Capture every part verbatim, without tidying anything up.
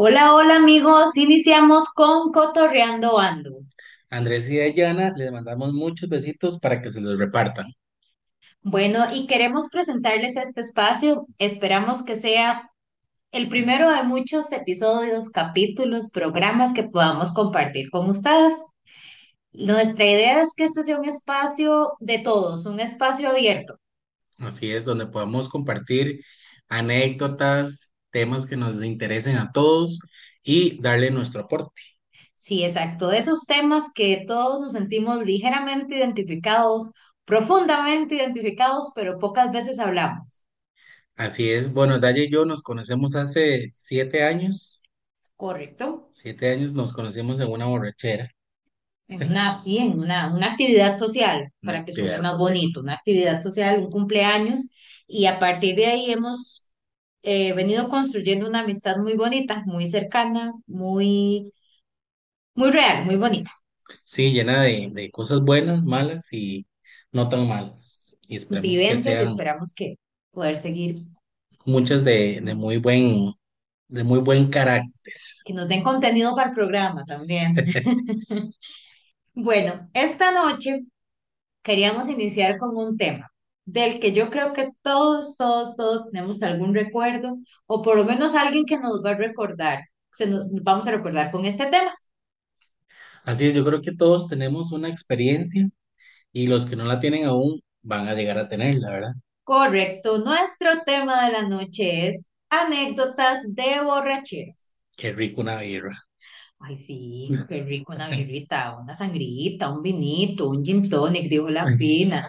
Hola, hola amigos, iniciamos con Cotorreando Ando. Andrés y Dayana, les mandamos muchos besitos para que se los repartan. Bueno, y queremos presentarles este espacio. Esperamos que sea el primero de muchos episodios, capítulos, programas que podamos compartir con ustedes. Nuestra idea es que este sea un espacio de todos, un espacio abierto. Así es, donde podamos compartir anécdotas, temas que nos interesen a todos y darle nuestro aporte. Sí, exacto, de esos temas que todos nos sentimos ligeramente identificados, profundamente identificados, pero pocas veces hablamos. Así es, bueno, Daya y yo nos conocemos hace siete años. ¿Correcto? Siete años nos conocimos en una borrachera, En una, sí, en una, una actividad social, una para que suene actividad más social. bonito, una actividad social, un cumpleaños, y a partir de ahí hemos eh, venido construyendo una amistad muy bonita, muy cercana, muy, muy real, muy bonita. Sí, llena de, de cosas buenas, malas y no tan malas. Y esperemos que Vivencias y sean esperamos que poder seguir, muchas de, de muy buen, de muy buen carácter. que nos den contenido para el programa también. Bueno, esta noche queríamos iniciar con un tema del que yo creo que todos, todos, todos tenemos algún recuerdo, o por lo menos alguien que nos va a recordar, se nos vamos a recordar con este tema. Así es, yo creo que todos tenemos una experiencia y los que no la tienen aún van a llegar a tenerla, ¿verdad? Correcto, nuestro tema de la noche es anécdotas de borracheras. Qué rico una birra. Ay, sí, qué rico una birrita, una sangrita, un vinito, un gin tonic, dijo la fina.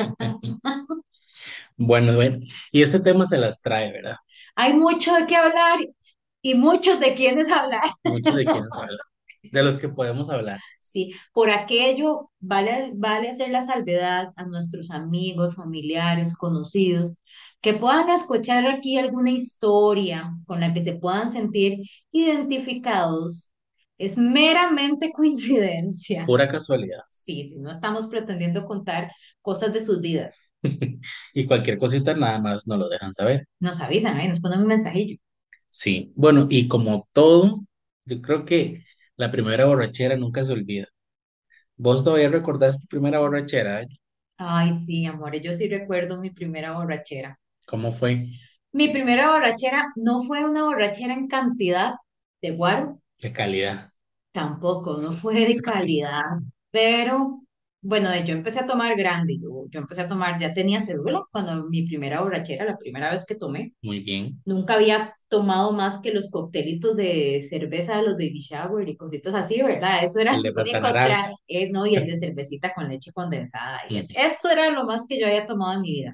Bueno, bueno, y ese tema se las trae, ¿verdad? Hay mucho de qué hablar y muchos de quienes hablar. Muchos de quienes hablan, de los que podemos hablar. Sí, por aquello vale, vale hacer la salvedad a nuestros amigos, familiares, conocidos, que puedan escuchar aquí alguna historia con la que se puedan sentir identificados. Es meramente coincidencia. Pura casualidad. Sí, sí, no estamos pretendiendo contar cosas de sus vidas. Y cualquier cosita nada más nos lo dejan saber. Nos avisan, ahí, nos ponen un mensajillo. Sí, bueno, y como todo, yo creo que la primera borrachera nunca se olvida. ¿Vos todavía recordás tu primera borrachera? Ay, sí, amores, yo sí recuerdo mi primera borrachera. ¿Cómo fue? Mi primera borrachera no fue una borrachera en cantidad de guaro. ¿Qué calidad? Tampoco, no fue de calidad, pero bueno, de- yo empecé a tomar grande, yo, yo empecé a tomar, ya tenía cédula cuando mi primera borrachera, la primera vez que tomé, Muy bien. nunca había tomado más que los coctelitos de cerveza de los baby shower y cositas así, ¿verdad? Eso era El de lo único, Pantanaral. tra- eh, no, y el de cervecita con leche condensada, y es, Ujú. eso era lo más que yo había tomado en mi vida.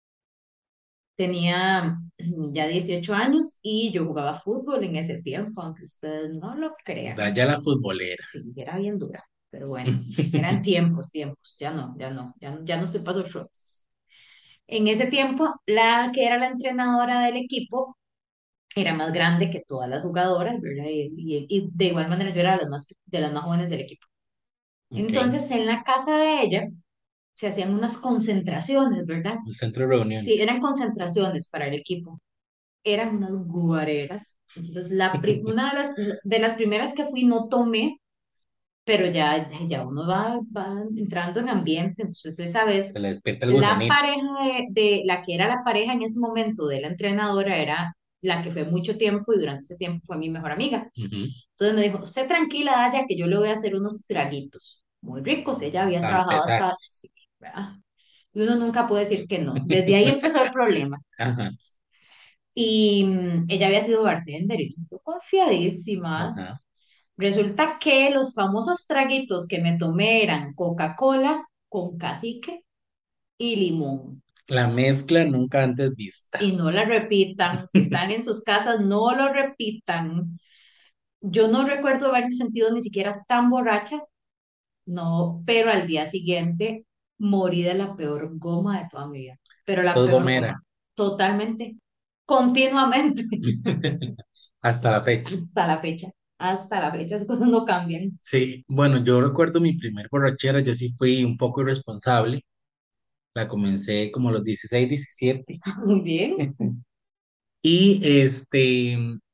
Tenía ya dieciocho años y yo jugaba fútbol en ese tiempo, aunque ustedes no lo crean. Vaya la futbolera. Sí, era bien dura, pero bueno, eran tiempos, tiempos, ya no, ya no, ya, no- ya no estoy para esos shots. En ese tiempo, la que era la entrenadora del equipo era más grande que todas las jugadoras, ¿verdad? Y, y- y de igual manera yo era de las más, de las más jóvenes del equipo. Ok. Entonces, en la casa de ella se hacían unas concentraciones, ¿verdad? El centro de Sí, eran reuniones. concentraciones para el equipo. Eran unas guareras. Entonces, la, pri- una de las, de las primeras que fui no tomé, pero ya, ya uno va, va entrando en ambiente. Entonces, esa vez, Se le despierta el la gusanito. pareja de, de la que era la pareja en ese momento de la entrenadora era la que fue mucho tiempo y durante ese tiempo fue mi mejor amiga. Ujú. Entonces me dijo, usted tranquila, Daya, que yo le voy a hacer unos traguitos muy ricos. Ella había Para trabajado empezar. hasta, sí, ¿verdad? Y uno nunca puede decir que no. Desde ahí empezó el problema. Ajá, Y mm, ella había sido bartender y yo confiadísima. ajá. Resulta que los famosos traguitos que me tomé eran Coca-Cola con cacique y limón. La mezcla nunca antes vista. Y no la repitan, si están en sus casas, no lo repitan. Yo no recuerdo haberme sentido ni siquiera tan borracha, no, pero al día siguiente morí de la peor goma de toda mi vida, pero la Sos peor gomera. goma, totalmente, continuamente, Hasta la fecha. hasta la fecha, hasta la fecha, las cosas no cambian. Sí, bueno, yo recuerdo mi primer borrachera, yo sí fui un poco irresponsable. La comencé como a los dieciséis, diecisiete. Muy bien. Y este,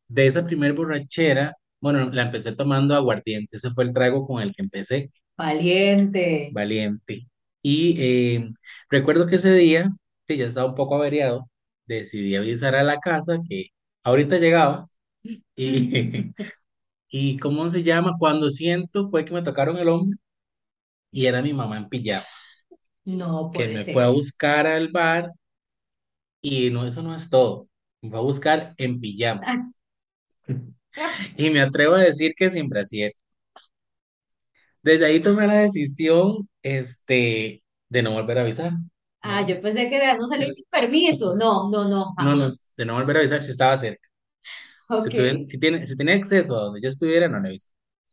de esa primer borrachera, bueno, la empecé tomando aguardiente, ese fue el trago con el que empecé, Valiente. valiente. Y eh, recuerdo que ese día, sí, ya estaba un poco averiado, decidí avisar a la casa que ahorita llegaba y, y ¿cómo se llama? Cuando siento fue que me tocaron el hombro y era mi mamá en pijama, No que puede me fue a ser. buscar al bar y no, eso no es todo, me fue a buscar en pijama. Y me atrevo a decir que sin brasier. Desde ahí tomé la decisión, este, de no volver a avisar. Ah, No, yo pensé que era no salir sin permiso. No, no, no, no, no, jamás. de no volver a avisar si estaba cerca. Si, Ok, tuviera- si tiene, si tenía acceso a donde yo estuviera, no le avisé.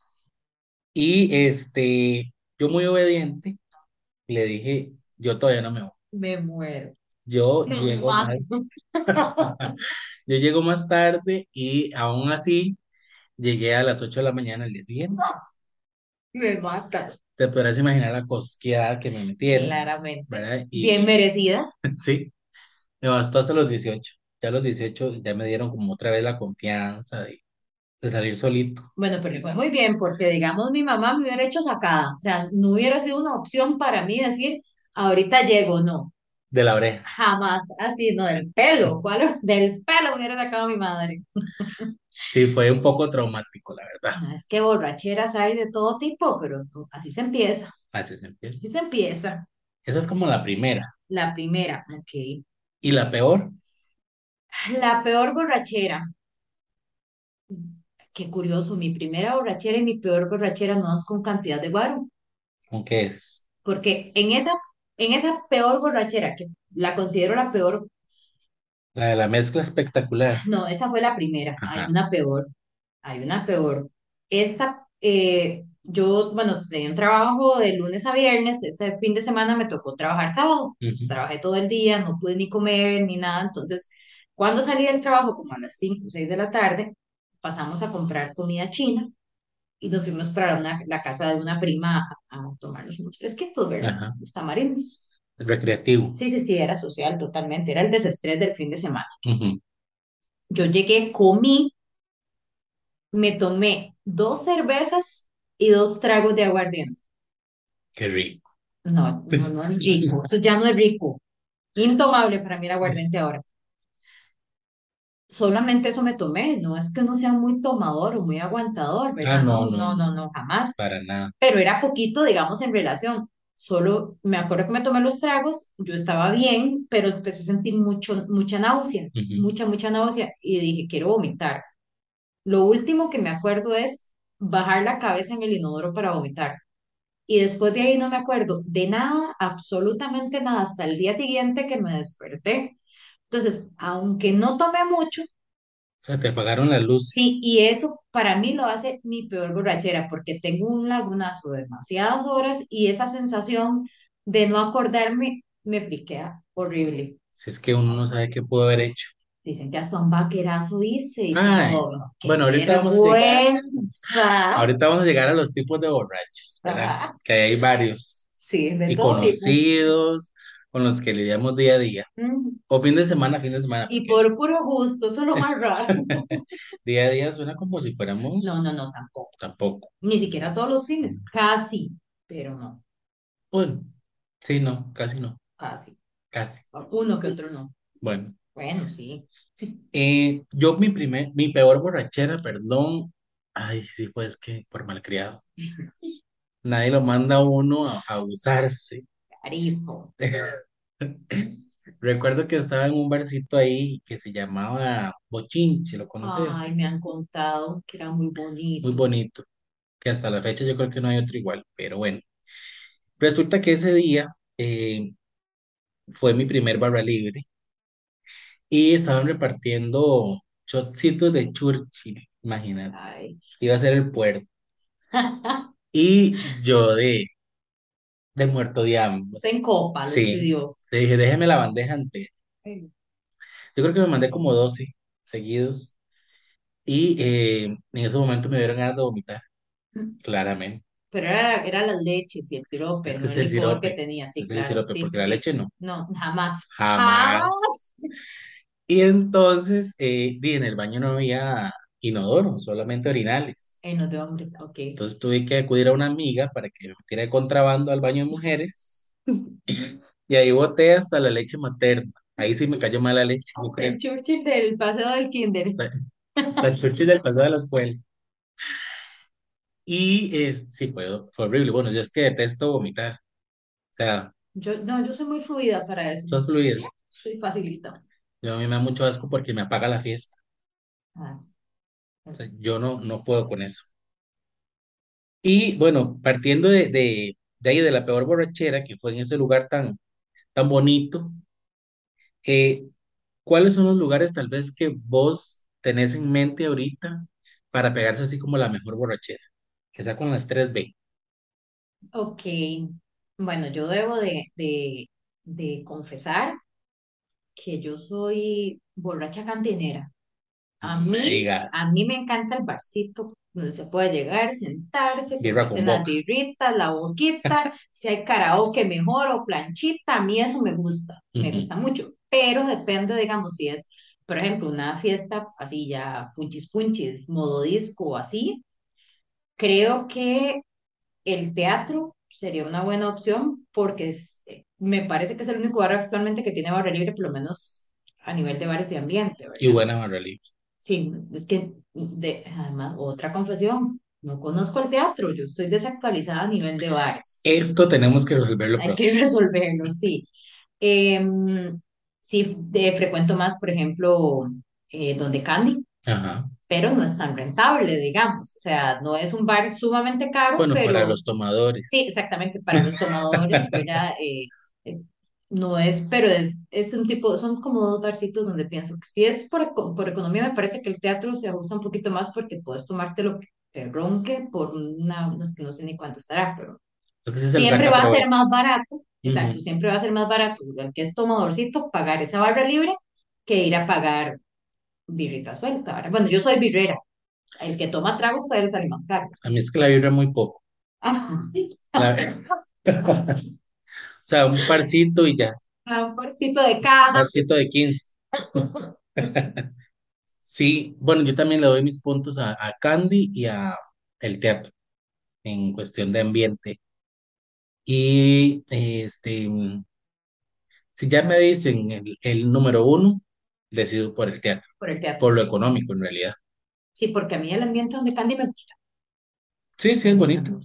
Y este, yo muy obediente, le dije, yo todavía no me voy. me muero. Yo Me llego mato. más, yo llego más tarde y aún así llegué a las ocho de la mañana al día siguiente. Me mata, Te podrás imaginar la cosqueada que me metieron, claramente. ¿verdad? Bien Y merecida. sí, me bastó hasta los dieciocho. Ya a los dieciocho ya me dieron como otra vez la confianza de, de salir solito Bueno, pero le fue muy bien porque, digamos, mi mamá me hubiera hecho sacada. O sea, no hubiera sido una opción para mí decir, ahorita llego, no. de la oreja. Jamás. Así, no, del pelo. ¿Cuál? Del pelo me hubiera sacado mi madre. Sí, fue un poco traumático, la verdad. No, es que borracheras hay de todo tipo, pero no, así se empieza. Así se empieza. Así se empieza. Esa es como la primera. La primera, ok. ¿Y la peor? La peor borrachera. Qué curioso, mi primera borrachera y mi peor borrachera no es con cantidad de guaro, ¿Con qué es? porque en esa, en esa peor borrachera, que la considero la peor, La de la mezcla espectacular. no, esa fue la primera, hay Ajá. una peor, hay una peor. Esta, eh, yo, bueno, tenía un trabajo de lunes a viernes, ese fin de semana me tocó trabajar sábado, pues Ujú. trabajé todo el día, no pude ni comer ni nada, entonces cuando salí del trabajo, como a las cinco o seis de la tarde, pasamos a comprar comida china y nos fuimos para una- la casa de una prima a, a tomarnos unos fresquitos, ¿verdad? Ajá. Los tamarindos. Recreativo. Sí, sí, sí, era social totalmente, era el desestrés del fin de semana. Ujú. Yo llegué, comí, me tomé dos cervezas y dos tragos de aguardiente. Qué rico. No, no, no es rico, eso ya no es rico. Intomable para mí el aguardiente ahora. Solamente eso me tomé, no es que uno sea muy tomador o muy aguantador, Ah, ¿verdad? no, No, no, no, no, no, no, jamás. para nada. Pero era poquito, digamos, en relación. Solo me acuerdo que me tomé los tragos, yo estaba bien, pero empecé a sentir mucho, mucha náusea, Ujú. mucha, mucha náusea y dije, quiero vomitar. Lo último que me acuerdo es bajar la cabeza en el inodoro para vomitar. Y después de ahí no me acuerdo de nada, absolutamente nada, hasta el día siguiente que me desperté. Entonces, aunque no tomé mucho, O sea, te apagaron las sí, luces. y eso para mí lo hace mi peor borrachera, porque tengo un lagunazo de demasiadas horas y esa sensación de no acordarme me friquea horrible. Si es que uno no sabe qué pudo haber hecho. Dicen que hasta un vaquerazo hice y Ay, todo. ¡Qué bueno, ahorita vamos a llegar, vergüenza! ahorita vamos a llegar a los tipos de borrachos, ¿verdad? Ah, Que hay varios sí, de y todo tipo. conocidos con los que lidiamos día a día. Mm. O fin de semana, fin de semana, Y porque por puro gusto, eso es lo más raro. día a día suena como si No, fuéramos no, no, tampoco. tampoco. Ni siquiera todos los fines. Casi, pero no, Bueno, sí, no, casi no, casi. casi. Uno que otro no. Bueno, Bueno, sí. eh, yo mi primer, mi peor borrachera, perdón, ay, sí, pues que por malcriado. Nadie lo manda a uno a, a usarse. Tarifo. Recuerdo que estaba en un barcito ahí que se llamaba Bochinche, ¿lo Ay, conoces? me han contado que era muy Muy bonito. bonito, que hasta la fecha yo creo que no hay otro igual, pero bueno. Resulta que ese día eh, fue mi primer barra libre y estaban repartiendo shotcitos de Churchill, imagínate, Ay. iba a ser el puerto. Y yo de, de muerto de hambre, Se en copa los sí, pidió. le dije, déjeme la bandeja antes. Ay. Yo creo que me mandé como doce seguidos y eh, en ese momento me dieron ganas de vomitar, claramente. Pero era, era las leches y el sirope, Es que no es el el licor que sirope, tenía. Sí, es el claro. sirope, Sí, porque sí, la sí. leche no, No, jamás. jamás. Jamás. Y entonces, eh, di, en el baño no había, inodoro, solamente orinales. En los de hombres, ok. Entonces tuve que acudir a una amiga para que me metiera de contrabando al baño de mujeres y ahí boté hasta la leche materna. Ahí sí me cayó mala leche, yo creo. El Churchill del paseo del kinder. Hasta, hasta el churchill del pasado de la escuela. Y es, sí, fue, fue horrible. Bueno, yo es que detesto vomitar. O sea, Yo, no, yo soy muy fluida para eso. sos fluida. Sí, soy facilita. Yo, a mí me da mucho asco porque me apaga la fiesta. Ah, sí. O sea, yo no, no puedo con eso. Y bueno, partiendo de, de, de ahí, de la peor borrachera que fue en ese lugar tan, tan bonito, eh, ¿cuáles son los lugares tal vez que vos tenés en mente ahorita para pegarse así como la mejor borrachera? Que sea con las tres B. Ok. Bueno, yo debo de, de, de confesar que yo soy borracha cantinera. A No me mí, a digas. mí me encanta el barcito donde se puede llegar, sentarse, Birra comerse con unas boca. birritas, la boquita, si hay karaoke mejor o planchita, a mí eso me gusta, me Ujú. gusta mucho, pero depende, digamos, si es, por ejemplo, una fiesta así ya punchis punchis, modo disco o así, creo que el teatro sería una buena opción porque es, eh, me parece que es el único bar actualmente que tiene barra libre, por lo menos a nivel de bares de ambiente, Y ¿verdad? buena barra libre. Sí, es que de, además, otra confesión, no conozco el teatro, yo estoy desactualizada a nivel de bares. Esto tenemos que resolverlo Hay pronto. que resolverlo, sí. Em, sí, de, frecuento más, por ejemplo, eh, Donde Candy, Ajá. pero no es tan rentable, digamos. O sea, no es un bar sumamente caro, Bueno, para pero los sí, tomadores. exactamente, para los tomadores, ¿verdad? Eh, eh, no es, pero es, es un tipo, son como dos barcitos donde pienso que si es por, eco- por economía, me parece que el teatro se ajusta un poquito más porque puedes tomarte lo que te ronque por una, no es que no sé ni cuánto estará, pero Es que sí se le siempre saca va a ser provecho. más barato, exacto, Ujú. siempre va a ser más barato el que es tomadorcito pagar esa barra libre que ir a pagar birrita suelta, ¿verdad? Bueno, yo soy birrera, el que toma tragos todavía le sale más caro. A mí es que la vibra muy poco. Ajá. La- O sea, un parcito y ya. Un porcito de caja. Parcito de quince. Sí, bueno, yo también le doy mis puntos a, a Candy y a el teatro en cuestión de ambiente. Y este, si ya me dicen el, el número uno, decido por el teatro, Por el teatro. por lo económico en realidad. Sí, porque a mí el ambiente donde Candy me gusta. Sí, sí, es bonito.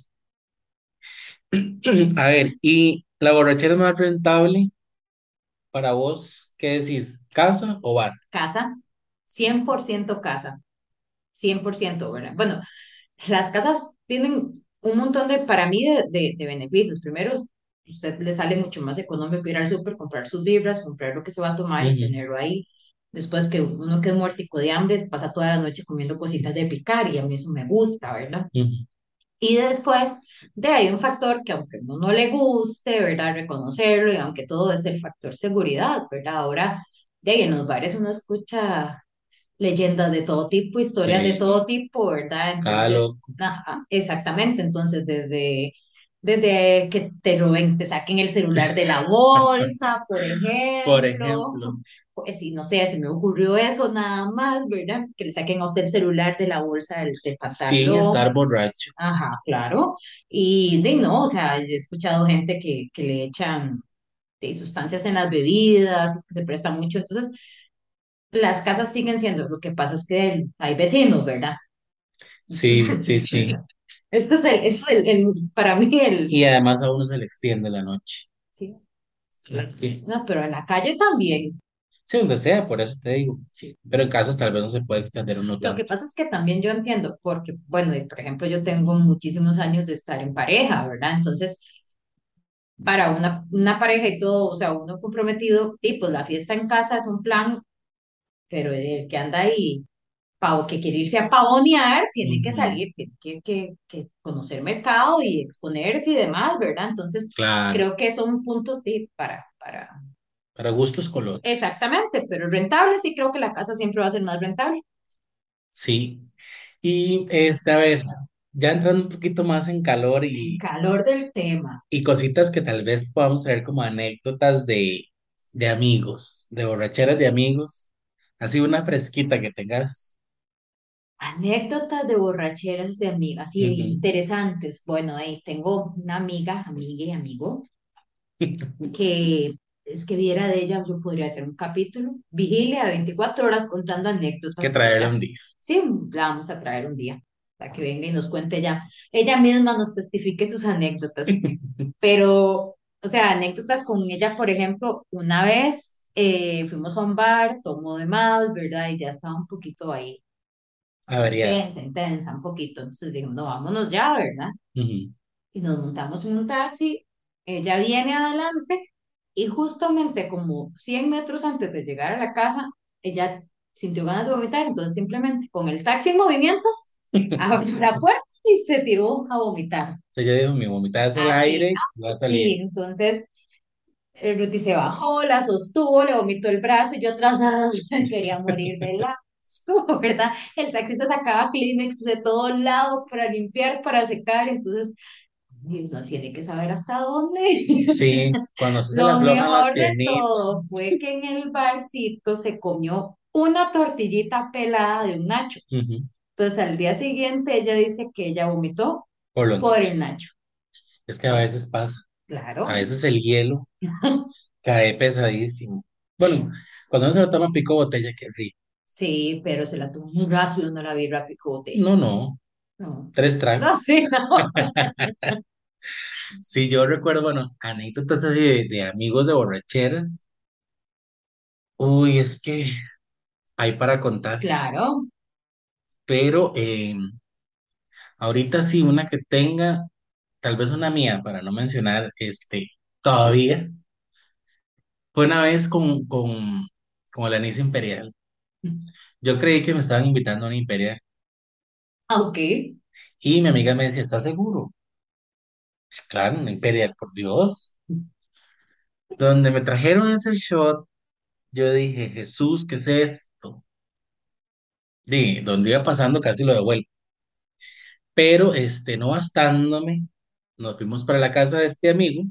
A ver, y la borrachera más rentable para vos, ¿qué decís? ¿Casa o bar? Casa, cien por ciento casa, cien por ciento, ¿verdad? Bueno, las casas tienen un montón de, para mí, de, de, de beneficios. Primero, usted le sale mucho más económico ir al súper, comprar sus libras, comprar lo que se va a tomar y Ujú, tenerlo ahí. Después que uno que es muertico de hambre, pasa toda la noche comiendo cositas de picar y a mí eso me gusta, ¿verdad? ujú. Y después de ahí un factor que aunque a uno no le guste, ¿verdad? Reconocerlo y aunque todo es el factor seguridad, ¿verdad? Ahora, de ahí en los bares uno escucha leyendas de todo tipo, historias de Sí, todo tipo, ¿verdad? calo. Entonces, ajá, exactamente, entonces desde, desde que te roben, te saquen el celular de la bolsa, por Por ejemplo, ejemplo, pues si no sé, se me ocurrió eso nada más, ¿verdad? Que le saquen a usted el celular de la bolsa del, del sin pantalón. estar borracho. Ajá, claro. Y de no, o sea, he escuchado gente que, que le echan de sustancias en las bebidas, que se presta mucho. Entonces, las casas siguen siendo, lo que pasa es que hay vecinos, ¿verdad? Sí, sí, sí. Este es el, este es el, el- para mí el, Y además a uno se le extiende la noche. sí, Es que- no, pero en la calle también. Sí, donde sea, por eso te digo. Sí. Pero en casas tal vez no se puede extender uno Lo que tanto. pasa es que también yo entiendo, porque, bueno, y por ejemplo, yo tengo muchísimos años de estar en pareja, ¿verdad? Entonces, para una, una pareja y todo, o sea, uno comprometido, y pues la fiesta en casa es un plan, pero el que anda ahí pavo que quiere irse a pavonear, tiene que Ujú. salir, tiene que, que, que conocer mercado y exponerse y demás, ¿verdad? Entonces, Claro, creo que son puntos de, para, para, para gustos colores. exactamente, pero rentable, sí creo que la casa siempre va a ser más rentable. Sí. Y este, a ver, ya entrando un poquito más en calor En y, calor del tema. y cositas que tal vez podamos traer como anécdotas de, de amigos, de borracheras de amigos. Así una fresquita que tengas. Anécdotas de borracheras de amigas y Ujú. interesantes. Bueno, ahí tengo una amiga, amiga y amigo, que es que viera de ella, yo podría hacer un capítulo, vigilia de veinticuatro horas contando Que anécdotas, traerla ¿verdad? un día. Sí, la vamos a traer un día para que venga y nos cuente ya. Ella misma nos testifique sus anécdotas, pero, o sea, anécdotas con ella, por ejemplo, una vez eh, fuimos a un bar, tomó de más, ¿verdad? Y ya estaba un poquito ahí Averiada. intensa, intensa, un poquito. Entonces digo, no, vámonos ya, ¿verdad? Ujú. Y nos montamos en un taxi, ella viene adelante y justamente como cien metros antes de llegar a la casa, ella sintió ganas de vomitar, entonces simplemente con el taxi en movimiento, abrió la puerta y se tiró a vomitar. Entonces yo digo, mi vomitada es el Ahí, aire, va a sí, salir. entonces el Ruti se bajó, la sostuvo, le vomitó el brazo y yo atrás ah, quería morir de asco, ¿verdad? El taxista sacaba Kleenex de todos lados para limpiar, para secar, entonces y no tiene que saber hasta dónde. Sí, cuando se le Lo aflojan las mejor de todo piernitas. fue que en el barcito se comió una tortillita pelada de un nacho. Ujú. Entonces al día siguiente ella dice que ella vomitó Por los por el nachos. nacho. Es que a veces pasa. A Claro. veces el hielo cae pesadísimo. Bueno, cuando uno se lo toma pico botella, qué rico. Sí, pero se la tomó muy rápido, no la vi rápido botella. No, no. No. Tres tragos. No, sí, no. Sí, yo recuerdo, bueno, anécdotas así de, de amigos de borracheras. Uy, es que hay para contar. Claro. Pero eh, ahorita sí, una que tenga, tal vez una mía, para no mencionar este todavía, fue una vez con, con, con el anís imperial. Yo creí que me estaban invitando a una imperial Ok. y mi amiga me decía, ¿estás seguro? Pues, claro, una imperial, por Dios. Donde me trajeron ese shot, yo dije, Jesús, ¿qué es esto? Dije, donde iba pasando casi lo devuelvo. Pero este, no bastándome, nos fuimos para la casa de este amigo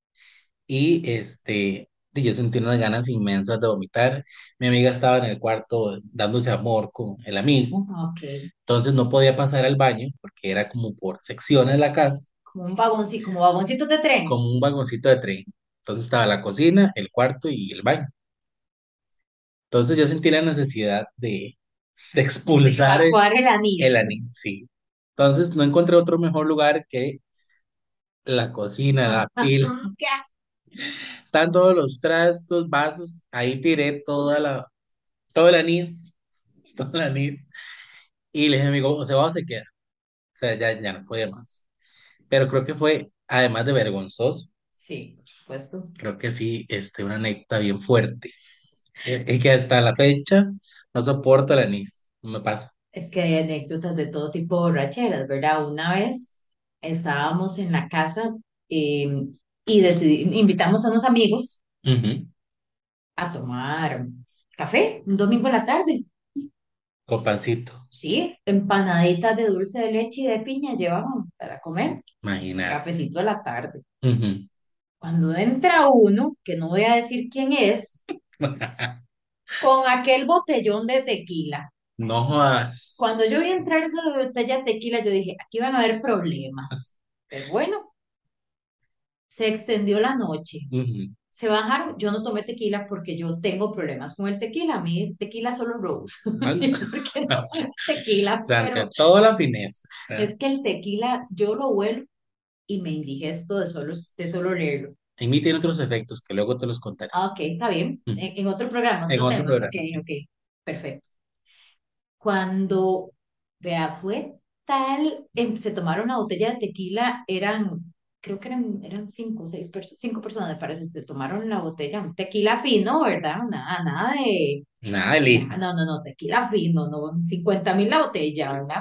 y este, y yo sentí unas ganas inmensas de vomitar. Mi amiga estaba en el cuarto dándose amor con el amigo, Ok. entonces no podía pasar al baño porque era como por secciones la casa, Como un vagoncito, como vagoncitos de tren. como un vagoncito de tren. Entonces estaba la cocina, el cuarto y el baño. Entonces yo sentí la necesidad de, de De expulsar el, evacuar el anís. el anís, sí. Entonces no encontré otro mejor lugar que la cocina, la pila. ¿Qué? Están todos los trastos, vasos, ahí tiré toda la, todo el anís, todo el anís. Y le dije, amigo, o se va o se queda. O sea, ya, ya no podía más. Pero creo que fue, además de vergonzoso, Sí, por supuesto. creo que sí, este, una anécdota bien fuerte. Eh, Y que hasta la fecha no soporto el anís, no me pasa. Es que hay anécdotas de todo tipo de borracheras, ¿verdad? Una vez estábamos en la casa eh, y decidí, invitamos a unos amigos Ujú. a tomar café un domingo en la tarde. Con pancito, Sí, empanaditas de dulce de leche y de piña llevamos para comer, imagínate. cafecito de la tarde. Ujú. Cuando entra uno, que no voy a decir quién es, con aquel botellón de tequila. No jodas. Cuando yo vi entrar esa botella de tequila, yo dije, aquí van a haber problemas. Pero bueno, se extendió la noche. Ujú. Se bajaron, yo no tomé tequila porque yo tengo problemas con el tequila. A mí el tequila solo Rose. Anda. Porque no soy tequila, O ante pero toda la fineza. es que el tequila yo lo huelo y me indigesto de solo, de solo leerlo. En mí tiene otros efectos que luego te los contaré. Ah, ok, está bien. Ujú. En, en otro programa, En otro otro tema. Ok, programa, sí. ok, perfecto. Cuando, vea, fue tal, em, se tomaron una botella de tequila, eran, creo que eran, eran cinco o seis personas, cinco personas me parece, se tomaron la botella, un tequila fino, ¿verdad? Nada, nada de, Nada de nada, litro. no, no, no, tequila fino, no, cincuenta mil la botella, ¿verdad?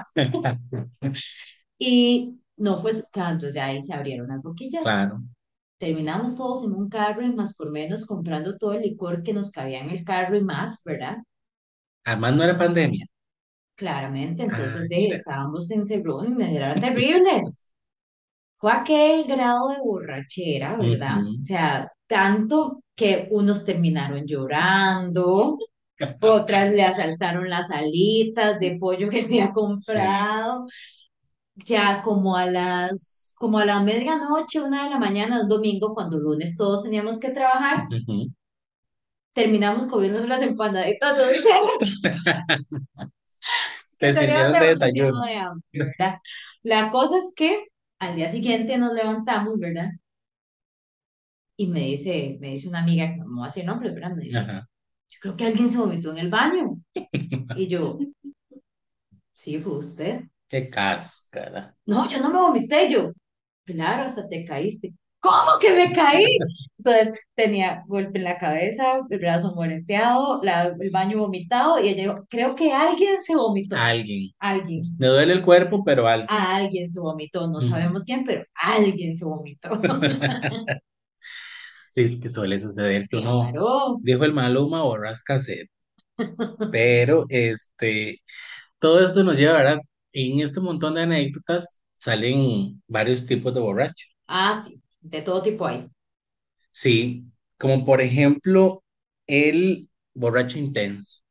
Y no fue, su- claro, entonces ya ahí se abrieron las boquillas. Claro. Terminamos todos en un carro, en más por menos, comprando todo el licor que nos cabía en el carro y más, ¿verdad? Además no era pandemia. Claramente, Ah, entonces de, ya. estábamos encerrados, era terrible. Fue aquel grado de borrachera, ¿verdad? O Ujú. sea, tanto que unos terminaron llorando, Otras le asaltaron las alitas de pollo que había Sí. comprado. Ya como a las, como a la medianoche, una de la mañana, un domingo, cuando lunes todos teníamos que trabajar, Ujú. terminamos comiendo las empanaditas de dulce de leche que Te teníamos sirvieron de demasiado desayuno. de hambre, ¿verdad? La cosa es que al día siguiente nos levantamos, ¿verdad? Y me dice, me dice una amiga, que no me va a decir nombres, ¿verdad? Me dice, Ajá. yo creo que alguien se vomitó en el baño. Y yo, sí, fue usted. Qué cáscara. No, yo no me vomité, yo. Claro, hasta te caíste. ¿Cómo que me caí? Entonces tenía golpe en la cabeza, el brazo moreteado, la- el baño vomitado y ella dijo, creo que alguien se vomitó. Alguien. Alguien. Me duele el cuerpo, pero alguien. A alguien se vomitó. No Ujú. sabemos quién, pero alguien se vomitó. Sí, es que suele suceder que uno, Claro. dijo el Maluma, borras cassette. Pero este, todo esto nos lleva, ¿verdad? En este montón de anécdotas salen varios tipos de borrachos. Ah, sí, de todo tipo hay. Sí, como por ejemplo el borracho intenso.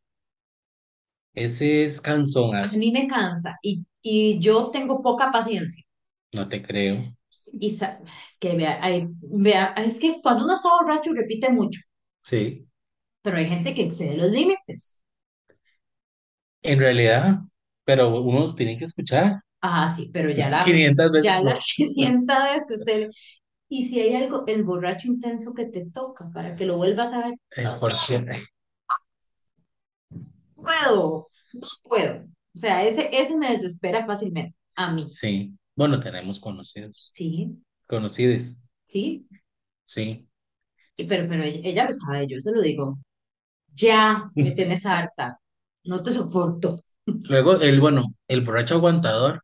Ese es cansón a A mí me veces. cansa y, y yo tengo poca paciencia. No te creo. Y sa- es que vea, hay- vea, es que cuando uno está borracho repite mucho, Sí, pero hay gente que excede los límites. en realidad, pero uno tiene que escuchar Ah, sí, pero ya la, quinientas ya veces la no. quinienta vez que usted, y si hay algo, el borracho intenso que te toca para que lo vuelvas a ver, Eh, no por sé, cierto. puedo, no puedo. O sea, ese, ese me desespera fácilmente, a mí. Sí, bueno, tenemos conocidos, Sí, conocides, sí, sí. y pero, pero ella, ella lo sabe, yo se lo digo, ya me tienes harta, no te soporto. Luego, el, bueno, el borracho aguantador,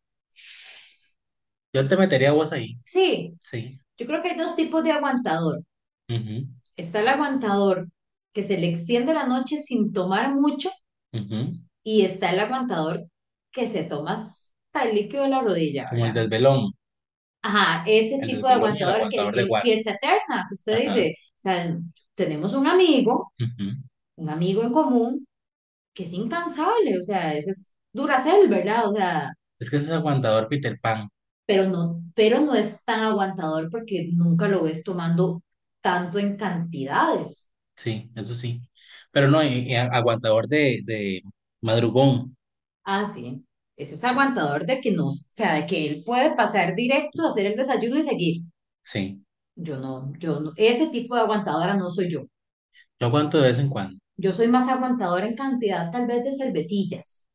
yo te metería vos ahí, Sí, sí. yo creo que hay dos tipos de aguantador. Ujú, Está el aguantador que se le extiende la noche sin tomar mucho ujú. y está el aguantador que se toma hasta el líquido de la rodilla, Como el ¿verdad? desvelón, Ajá, ese el tipo de desvelón y el aguantador que aguantador de el guardia. fiesta eterna, que usted Ajá. dice, o sea, tenemos un amigo, Ujú. un amigo en común que es incansable, o sea, ese es Duracell, ¿verdad? O sea, Es que ese es aguantador Peter Pan, pero no, pero no es tan aguantador porque nunca lo ves tomando tanto en cantidades. sí, eso sí. Pero no, eh, eh, aguantador de, de madrugón, Ah, sí. Ese es aguantador de que no, o sea, de que él puede pasar directo a hacer el desayuno y seguir. sí. Yo no, yo no, ese tipo de aguantadora no soy yo. Yo aguanto de vez en cuando. Yo soy más aguantadora en cantidad, tal vez de cervecillas.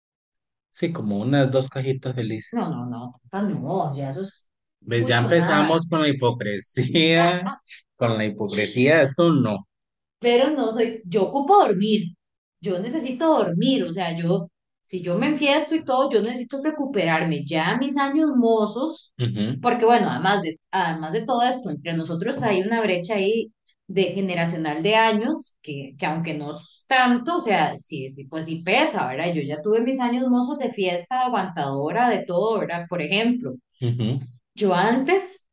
Sí, como unas dos cajitas No, felices. no, no, tantas no, ya eso es ¿Ves? Ya mucho nada. empezamos con la hipocresía, con la hipocresía, esto no. Pero no soy, yo ocupo dormir. Yo necesito dormir, o sea, yo, si yo me enfiesto y todo, yo necesito recuperarme. Ya mis años mozos, Ujú, porque bueno, además de, además de todo esto, entre nosotros hay una brecha ahí de generacional de años, que, que aunque no es tanto, o sea, sí, sí, pues sí pesa, ¿verdad? Yo ya tuve mis años mozos de fiesta, aguantadora, de todo, ¿verdad? Por ejemplo, ujú. yo antes,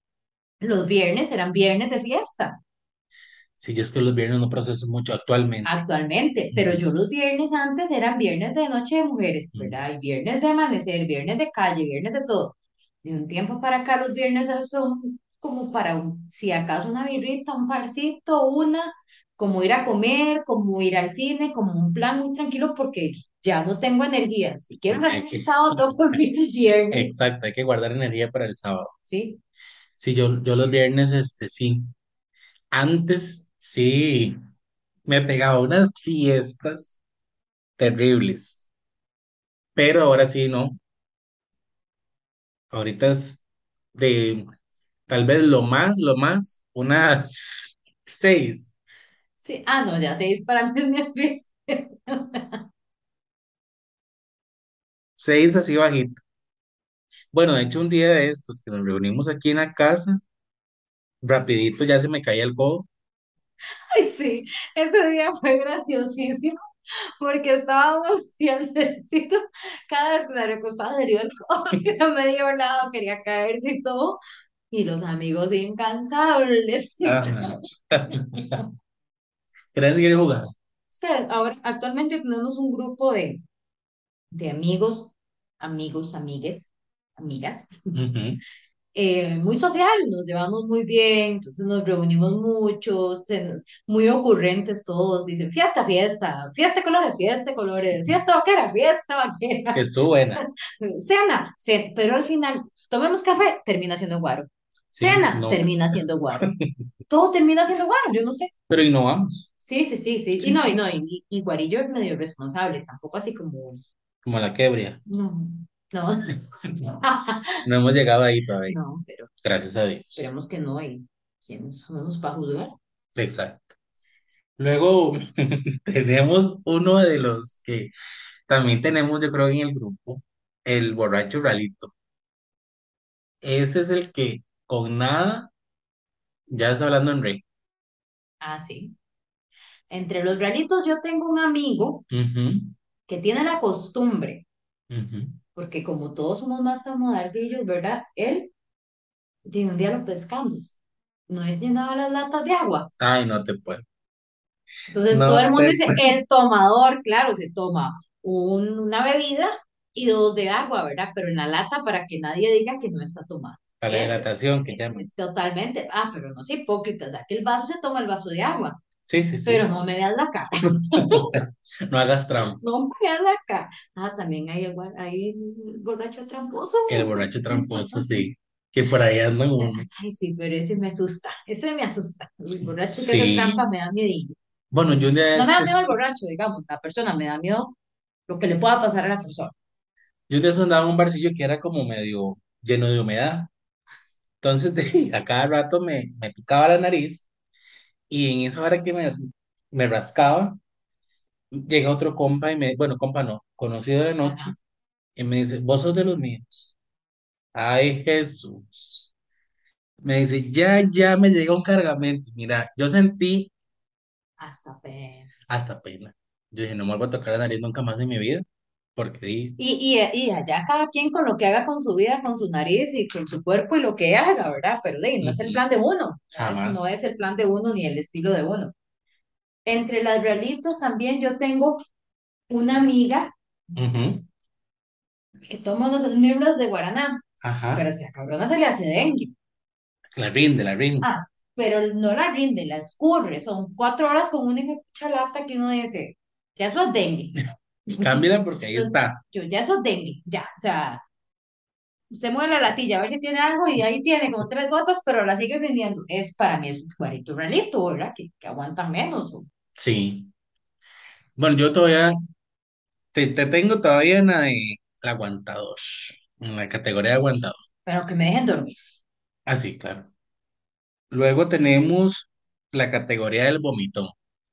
los viernes eran viernes de fiesta. Sí, yo es que los viernes no proceso mucho actualmente. Actualmente, pero Ujú, yo los viernes antes eran viernes de noche de mujeres, ujú. ¿verdad? Y viernes de amanecer, viernes de calle, viernes de todo. De un tiempo para acá los viernes son como para, un- si acaso una birrita, un parcito, una, como ir a comer, como ir al cine, como un plan muy tranquilo porque ya no tengo energía. Si quiero Porque hay dormir el que- sábado, tengo que dormir el viernes, exacto, hay que guardar energía para el sábado. ¿sí? Sí, yo, yo los viernes, este, sí. Antes, sí, me pegaba unas fiestas terribles, pero ahora sí, no. Ahorita es de, tal vez lo más, lo más, unas seis, Sí, ah, no, ya seis para mí es mi fiesta. seis así bajito. Bueno, de hecho, un día de estos que nos reunimos aquí en la casa, rapidito ya se me caía el codo. Ay, sí, ese día fue graciosísimo. Porque estábamos sientecitos, cada vez que se recostaba se le iba el codo hacia medio lado, quería caerse y todo, y los amigos incansables. Ajá. ¿Querés seguir jugando? Es que ahora actualmente tenemos un grupo de, de amigos, amigos, amigues, amigas, Ujú. eh, muy social, nos llevamos muy bien, entonces nos reunimos muchos, se- muy ocurrentes todos, dicen fiesta, fiesta, fiesta de colores, fiesta de colores, fiesta vaquera, fiesta vaquera, Estuvo buena. cena, ce- pero al final, tomemos café, termina siendo guaro, Sí, cena, no, termina siendo guaro, todo termina siendo guaro, yo no sé. pero innovamos. Sí, sí, sí, sí, y Sí, no, y sí. no, y, y Guarillo es medio responsable, tampoco así como, Como la quebria. no, no, No hemos llegado ahí todavía, no, pero gracias a Dios. esperemos que no, y quiénes somos para juzgar. Exacto. Luego tenemos uno de los que también tenemos, yo creo, en el grupo, el borracho ralito. Ese es el que con nada ya está hablando en rey. Ah, sí. Entre los realitos yo tengo un amigo Ujú, que tiene la costumbre, ujú. porque como todos somos más tamodarcillos, ¿verdad? Él, de un día lo pescamos. No es llenaba las latas de agua. Ay, no te puedo. Entonces todo el No mundo te dice, puedo. el tomador, claro, se toma un- una bebida y dos de agua, ¿verdad? Pero en la lata para que nadie diga que no está tomando. Para la Es, hidratación que es, llaman. es totalmente, ah, pero no es hipócrita, o sea, que el vaso se toma el vaso de agua, Sí, sí, pero sí. no me veas la cara. No hagas trampa. No me la cara. Ah, también hay, el gua- hay el borracho tramposo. El borracho tramposo, sí. Que por ahí andan uno. Ay, sí, pero ese me asusta. Ese me asusta. El borracho que hace Sí. trampa me da miedo. Bueno, yo un día de No me da miedo estos, el borracho, digamos, la persona, me da miedo lo que le pueda pasar a la persona. yo un día de estos andaba en un barcillo que era como medio lleno de humedad. Entonces, de, a cada rato me, me picaba la nariz y en esa hora que me, me rascaba, llega otro compa y me, bueno, compa no, conocido de la noche, Ajá, y me dice, vos sos de los míos. Ay, Jesús. Me dice, ya, ya me llega un cargamento. Mira, yo sentí hasta pena. hasta pena. Yo dije, no me vuelvo a tocar la nariz nunca más en mi vida, porque sí. Y, y, y allá cada quien con lo que haga con su vida, con su nariz y con su cuerpo y lo que haga, ¿verdad? Pero de, ahí, no es el Ujú. plan de uno, no es, no Jamás. es el plan de uno ni el estilo de uno. Entre las realitos también yo tengo una amiga Ujú. que toma unos miembros de guaraná, pero Ajá. si a cabrona se le hace dengue. La rinde, la rinde. Ah, pero no la rinde, la escurre. Son cuatro horas con una lata que uno dice, ya eso es dengue. Cámbiala porque ahí Entonces, está. yo, ya eso es dengue, ya. O sea, usted mueve la latilla a ver si tiene algo y ahí tiene como tres gotas, pero la sigue rindiendo. Es para mí es un cuarito realito, ¿verdad? Que, que aguanta menos. o- Sí. Bueno, yo todavía, te, te tengo todavía en la de aguantador, en la categoría de aguantador. Pero que me dejen dormir. Ah, sí, claro. Luego tenemos la categoría del vomitón.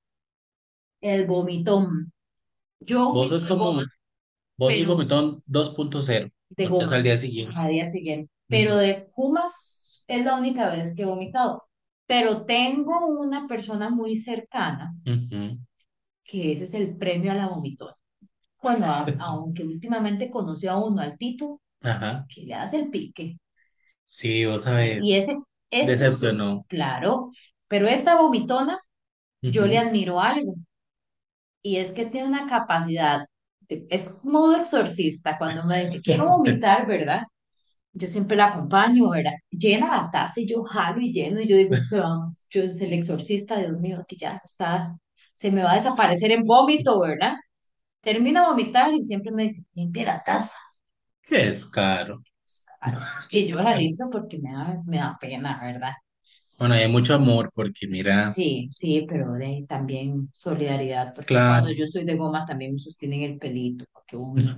El vomitón. Yo Vos vomito sos de como, goma, vos sos pero vomitón dos punto cero. de Vomitas al goma. día siguiente. A día siguiente. Pero Ujú, de Pumas es la única vez que he vomitado. Pero tengo una persona muy cercana ujú. que ese es el premio a la vomitona. Bueno, a- aunque últimamente conoció a uno, al Tito, Ajá. que le hace el pique. Sí, vos Y sabes. ese, este, Decepcionó. claro, pero esta vomitona, yo le Ujú. admiro algo. Y es que tiene una capacidad, de- es modo exorcista, cuando me dice, quiero vomitar, ¿verdad? Yo siempre la acompaño, ¿verdad? Llena la taza y yo jalo y lleno y yo digo, se va, yo es el exorcista, Dios mío, que ya se está, se me va a desaparecer en vómito, ¿verdad? Termina de vomitar y siempre me dice, limpia la taza. Qué es caro. Y yo la limpio porque me da, me da pena, ¿verdad? Bueno, hay mucho amor porque mira, Sí, sí, pero de ahí también solidaridad, porque cuando claro. yo estoy de goma también me sostienen el pelito, porque vomito.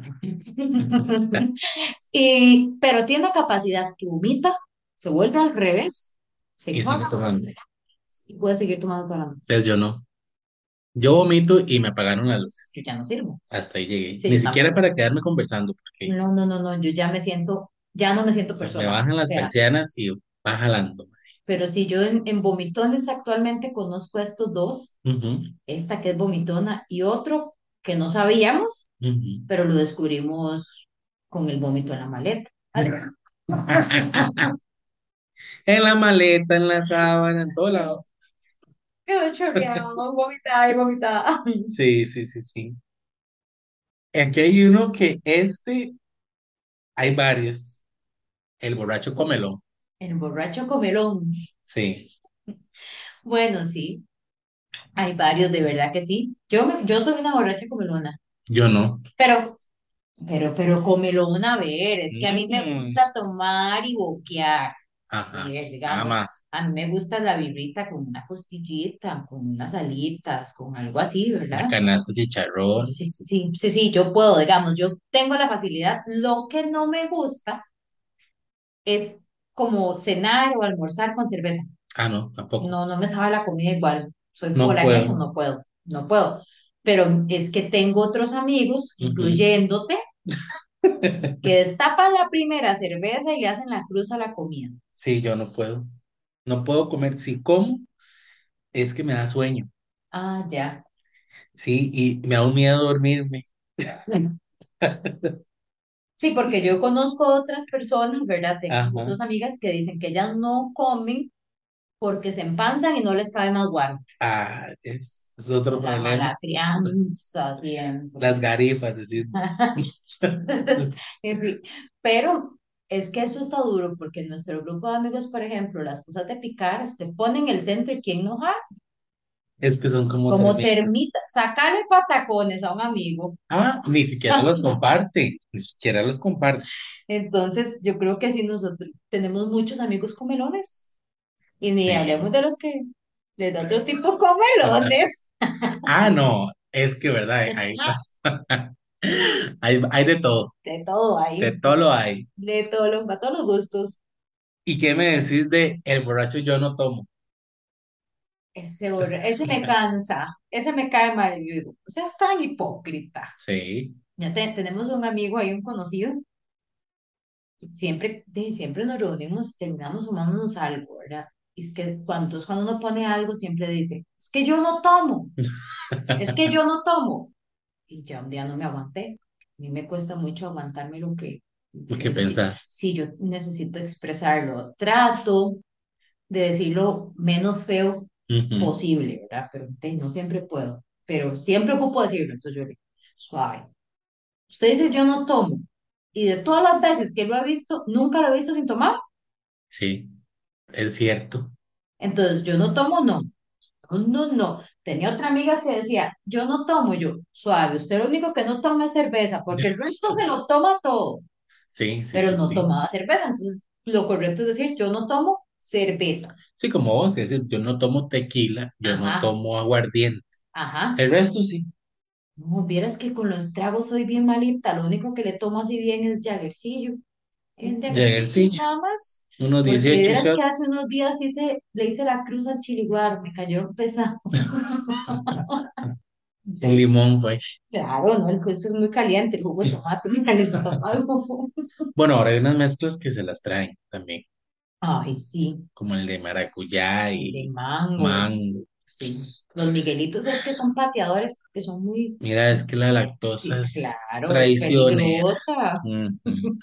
Y, pero tiene la capacidad que vomita, se vuelve al revés, se Y sigo caga tomando. y puede seguir tomando toda la noche. Pues yo no. Yo vomito y me apagaron la luz. Yo ya no sirvo. Hasta ahí llegué. Sí, Ni yo siquiera tampoco. para quedarme conversando, porque No, no, no, no, yo ya me siento, ya no me siento se me persona. O bajan las sea, persianas y va jalando. pero si yo en, en vomitones actualmente conozco a estos dos, Ujú, esta que es vomitona y otro que no sabíamos, ujú. pero lo descubrimos con el vómito en la maleta. En la maleta, en la sábana, en todo lado. Quedó chorreado, vomitada y vomitada. Sí, sí, sí, sí. Aquí hay uno que este, hay varios. El borracho comelón. El borracho comelón. Sí, Bueno, sí, hay varios, de verdad que sí. Yo, me- yo soy una borracha comelona, yo no. pero, pero, pero comelona, a ver, es que a mí me Mm, gusta tomar y boquear. ajá, Eh, nada digamos, más. a mí me gusta la birrita con una costillita, con unas alitas, con algo así, Una ¿verdad? canasta de chicharrón. Sí, sí, sí, sí, sí, yo puedo, digamos, yo tengo la facilidad. Lo que no me gusta es como cenar o almorzar con cerveza. Ah, no, tampoco. No, no me sabe la comida igual. Soy No pola en eso, puedo. no puedo, no puedo. Pero es que tengo otros amigos, Ujú. incluyéndote, que destapan la primera cerveza y le hacen la cruz a la comida. Sí, yo no puedo. No puedo comer. Si como, es que me da sueño. Ah, ya. Sí, y me da un miedo dormirme. Sí, porque yo conozco otras personas, ¿verdad? Tengo Ajá. dos amigas que dicen que ellas no comen porque se empanzan y no les cabe más guaro. Ah, es, es otro La problema. mala crianza siempre. Las garifas, decimos. En fin, pero es que eso está duro porque en nuestro grupo de amigos, por ejemplo, las cosas de picar, usted pone en el centro y quién no jala, Es que son como como termitas. termita, sacarle patacones a un amigo. Ah, ni siquiera los comparte. Ni siquiera los comparte. Entonces, yo creo que sí, nosotros tenemos muchos amigos comelones y ni Sí. hablemos de los que les da otro tipo de comelones. Ah, no. Es que, ¿verdad? Hay, hay, hay de todo. De todo De hay, todo lo hay. de todo, lo- para todos los gustos. ¿Y qué me decís de el borracho yo no tomo? Ese, borra- ese me cansa, ese me cae mal. Yo digo, o sea, es tan hipócrita. Sí. Ya te- tenemos un amigo ahí, un conocido, y siempre, de, siempre nos reunimos, terminamos tomándonos algo, ¿verdad? Y es que cuando, entonces cuando uno pone algo, siempre dice, es que yo no tomo, es que yo no tomo. Y ya un día no me aguanté. A mí me cuesta mucho aguantarme lo que ¿Qué necesito. pensás? Sí, yo necesito expresarlo. Trato de decirlo menos feo Ujú. posible, ¿verdad? Pero te- no siempre puedo, pero siempre ocupo decirlo, entonces yo le digo, suave. Usted dice yo no tomo, y de todas las veces que lo he visto, nunca lo he visto sin tomar, Sí, es cierto. entonces yo no tomo, no, no, no, no. Tenía otra amiga que decía, yo no tomo, yo, suave, usted lo único que no toma es cerveza, porque el resto se lo toma todo, Sí, sí, pero sí, no sí. tomaba cerveza, entonces lo correcto es decir, yo no tomo cerveza. Sí, como vos, es decir, yo no tomo tequila, yo no Ajá, tomo aguardiente. ajá. El resto sí. No, vieras que con los tragos soy bien malita, lo único que le tomo así bien es Jagercillo, el Jagercillo Jägercillo, nada más, unos porque dieciocho vieras que shots, hace unos días hice, le hice la cruz al chiliguar, me cayó pesado. un limón fue. Claro, no, el jugo es muy caliente, el jugo de tomate me calentó algo. Bueno, ahora hay unas mezclas que se las traen también, Ay, sí, como el de maracuyá el de y mango, mango. sí. Los Miguelitos es que son pateadores porque son muy, Mira, es que la lactosa sí, es claro, es traicionera. peligrosa. Ujú.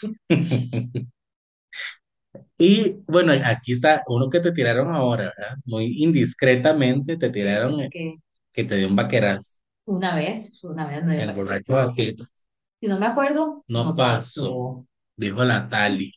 Y bueno, aquí está uno que te tiraron ahora, ¿verdad? Muy indiscretamente te Sí, tiraron es eh, que que te dio un vaquerazo, una vez, una vez me dio el para que borracho vaquero. si no me acuerdo, No no pasó, pasó. dijo la Tali.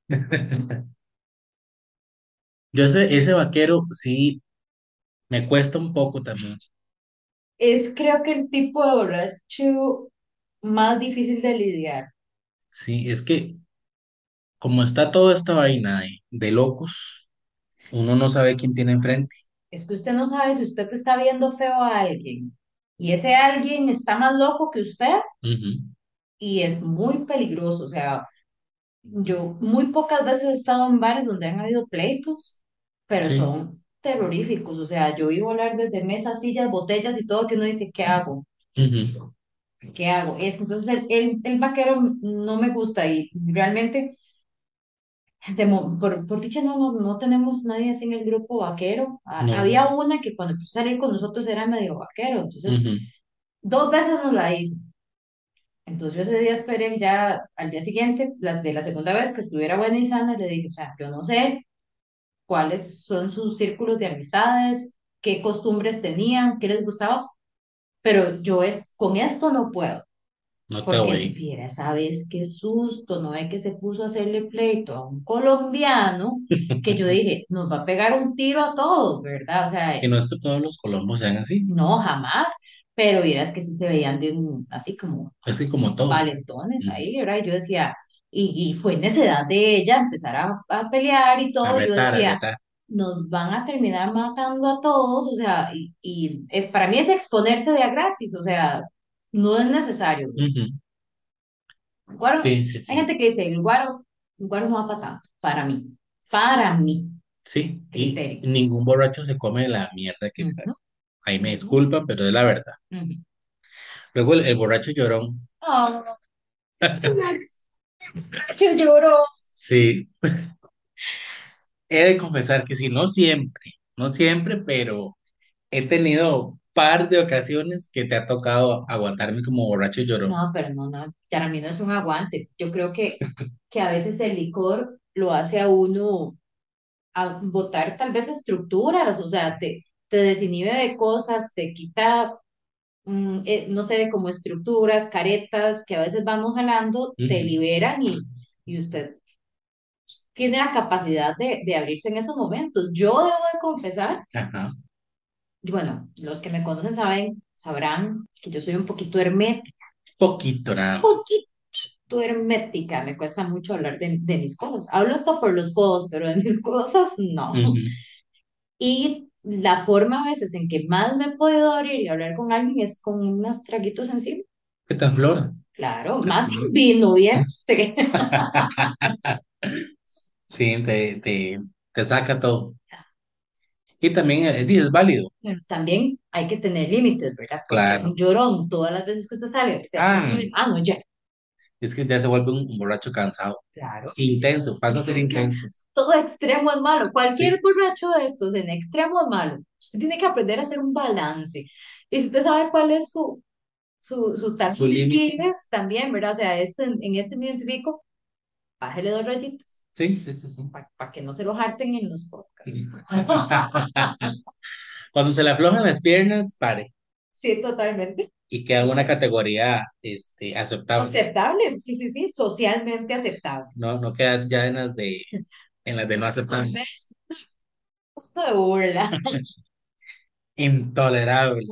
Yo ese, ese vaquero sí me cuesta un poco también. Es creo que el tipo de borracho más difícil de lidiar. Sí, es que como está toda esta vaina de, de locos, uno no sabe quién tiene enfrente. Es que usted no sabe si usted está viendo feo a alguien y ese alguien está más loco que usted Ujú. y es muy peligroso. O sea, yo muy pocas veces he estado en bares donde han habido pleitos, pero Sí. son terroríficos. O sea, yo iba a hablar desde mesas, sillas, botellas y todo que uno dice, ¿qué hago? Ujú. ¿Qué hago? Es, entonces el, el, el vaquero no me gusta y realmente de mo- por, por dicha no, no, no tenemos nadie así en el grupo vaquero. Ha- No. había una que cuando empezó a salir con nosotros era medio vaquero, entonces Ujú. dos veces nos la hizo. Entonces yo ese día esperé ya al día siguiente, la, de la segunda vez que estuviera buena y sana, le dije, o sea, yo no sé cuáles son sus círculos de amistades, qué costumbres tenían, qué les gustaba, pero yo es, con esto no puedo. No te Porque voy. viera, ¿sabes qué susto? No es que se puso a hacerle pleito a un colombiano que yo dije, nos va a pegar un tiro a todos, ¿verdad? O sea, Que no es que todos los colombos sean así. no, jamás, pero vieras que sí se veían de un- así como Así como todo. valentones Ujú. ahí, ¿verdad? Y yo decía, y, y fue necesidad de ella empezar a, a pelear y A todo, yo retar, a decía, retar. nos van a terminar matando a todos, o sea, y, y es, para mí es exponerse de a gratis, o sea, no es necesario. Ujú. Guaro, Sí, sí, hay sí. gente que dice, el guaro, el guaro no va para tanto, para mí, para mi Sí, y criterio. ningún borracho se come la mierda que trae. Ujú, Ahí me ujú, disculpan, pero es la verdad. ujú. Luego el, el borracho llorón. Ah, yo lloro. Sí, he de confesar que sí, no siempre, no siempre, pero he tenido par de ocasiones que te ha tocado aguantarme como borracho llorón. No, pero no, no, para mí no es un aguante. Yo creo que, que a veces el licor lo hace a uno a botar tal vez estructuras, o sea, te, te desinhibe de cosas, te quita, mm, eh, no sé, como estructuras, caretas que a veces vamos jalando, te Ujú. liberan y, y usted tiene la capacidad de, de abrirse en esos momentos. Yo debo de confesar, Ajá, bueno, los que me conocen saben, sabrán que yo soy un poquito hermética, poquito nada más. poquito hermética, me cuesta mucho hablar de, de mis cosas. Hablo hasta por los codos, pero de mis cosas no. Ujú. Y la forma a veces en que más me he podido abrir y hablar con alguien es con unos traguitos encima. ¿Qué tal, Flora? Claro, Ah, más sin sí. vino, bien usted. Sí, te, te, te saca todo. Y también eh, es válido, Pero también hay que tener límites, ¿verdad? Porque un claro. llorón, todas las veces que usted sale, que sea, Ah, ah, no, ya, es que ya se vuelve un, un borracho cansado. claro. Intenso, pasa a ser intenso. Todo extremo es malo. Cualquier Sí, borracho de estos en extremo es malo. Usted tiene que aprender a hacer un balance. Y si usted sabe cuál es su, su, su su talón de límite. Aquiles, también, ¿verdad? O sea, este, en este me identifico, bájele dos rayitas Sí, sí, sí, sí. para que no se lo harten en los podcasts. Cuando se le aflojan las piernas, pare. Sí, totalmente. Y queda en una categoría este, aceptable. Aceptable, sí, sí, sí, socialmente aceptable. No, no quedas ya en las de, en las de no aceptables. ¿Ves? Punto de burla. Intolerable.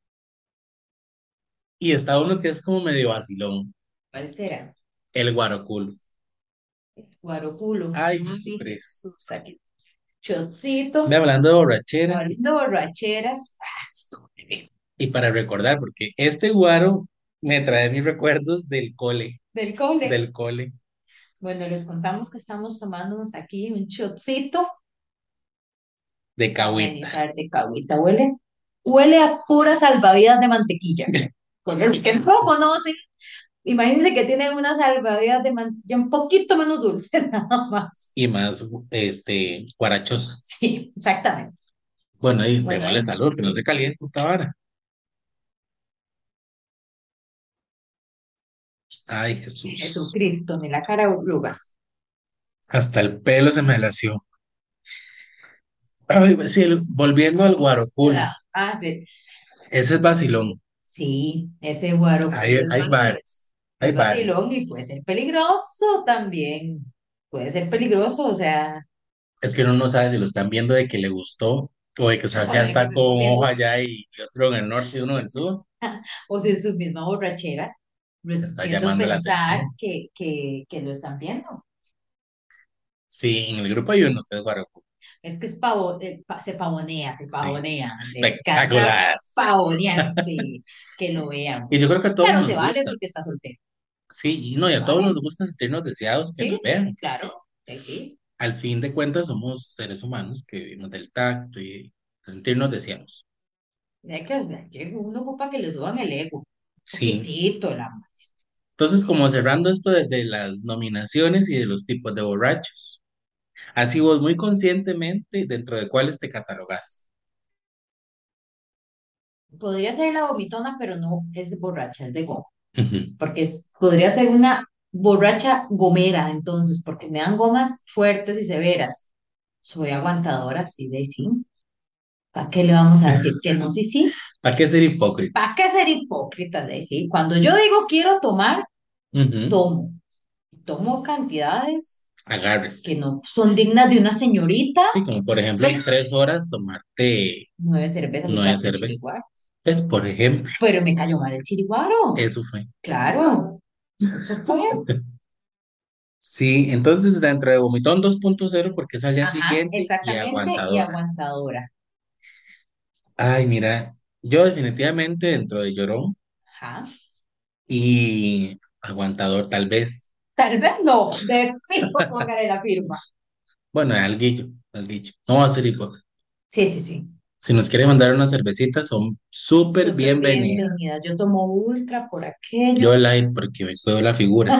Y está uno que es como medio vacilón, ¿Cuál será? el guaroculo. Guaroculo. Ay, Ay, Jesucristo. Jesús, aquí. Ve Chocito, hablando de borrachera, hablando de borracheras. Ah, estoy y para recordar, porque este guaro me trae mis recuerdos del cole, del cole. del cole, Bueno, les contamos que estamos tomándonos aquí un chocito de para Cahuita. amenizar de cahuita. Huele, huele a pura salvavidas de mantequilla. Con el que no conoce, imagínense que tienen una salvavidas de mantequilla un poquito menos dulce, nada más. Y más, este, guarachosa. Sí, exactamente. Bueno, y Bueno, démosle ahí, salud, que no salud. se caliente esta vara. Ay, Jesús. Jesucristo, ni la cara oruga. Hasta el pelo se me lació. Ay, sí, el- volviendo al guaroculo. La- ah, de- Ese es vacilón. sí, ese guaroculo Hay, es hay vacilón. bares. Hay Es bares. vacilón y puede ser peligroso también. Puede ser peligroso, o sea, Es que uno no sabe si lo están viendo de que le gustó o de que está- o ya de que está se con está un ojo haciendo, allá y, y otro en el norte y uno en el sur. o si es su misma borrachera, lo está Está haciendo llamando la pensar atención. que, que, que lo están viendo. Sí, en el grupo hay uno que es guaroculo. Es que es pavo, eh, pa- se pavonea, se Sí, pavonea, le encanta espectacular. pavonearse, que lo vean. Y yo creo que a todos Pero nos se vale gusta. porque está soltero. Sí, y no, y Se a todos nos vale. gusta sentirnos deseados que nos Sí, vean, porque claro, eh, sí. al fin de cuentas somos seres humanos que vivimos del tacto y de sentirnos deseados. Es que, es que uno ocupa que le suban el ego. Un Sí. poquitito, la Entonces, como cerrando esto de, de las nominaciones y de los tipos de borrachos, así vos muy conscientemente dentro de cuáles te catalogas. podría ser la vomitona, pero no es borracha, es de goma. Ujú. Porque es- podría ser una borracha gomera, entonces, porque me dan gomas fuertes y severas. Soy aguantadora, sí, de sí. ¿Para qué le vamos a decir que no? Sí, sí. ¿Para qué ser ¿Para hipócritas? qué ser hipócritas? De decir, cuando yo digo quiero tomar, Ujú. tomo. Tomo cantidades que Agárrese. no son dignas de una señorita. Sí, como por ejemplo en tres horas tomarte Nueve cervezas y nueve cuatro chiriguaros. cervezas. Es por ejemplo, Pero me cayó mal el chiriguaro. eso fue. Claro, eso fue. Sí, entonces dentro de Vomitón dos punto cero, porque es al día Ajá, siguiente y exactamente. Y aguantador. aguantadora. Ay, mira, yo definitivamente dentro de Llorón Ajá. y aguantador tal vez. Tal vez no, de fijo póngale la firma. Bueno, alguillo, alguillo. No va a ser hipócrita. Sí, sí, sí. Si nos quiere mandar unas cervecitas, son súper Súper bienvenida. bienvenidas. Yo tomo ultra por Yo aquello. like porque me cuido la figura.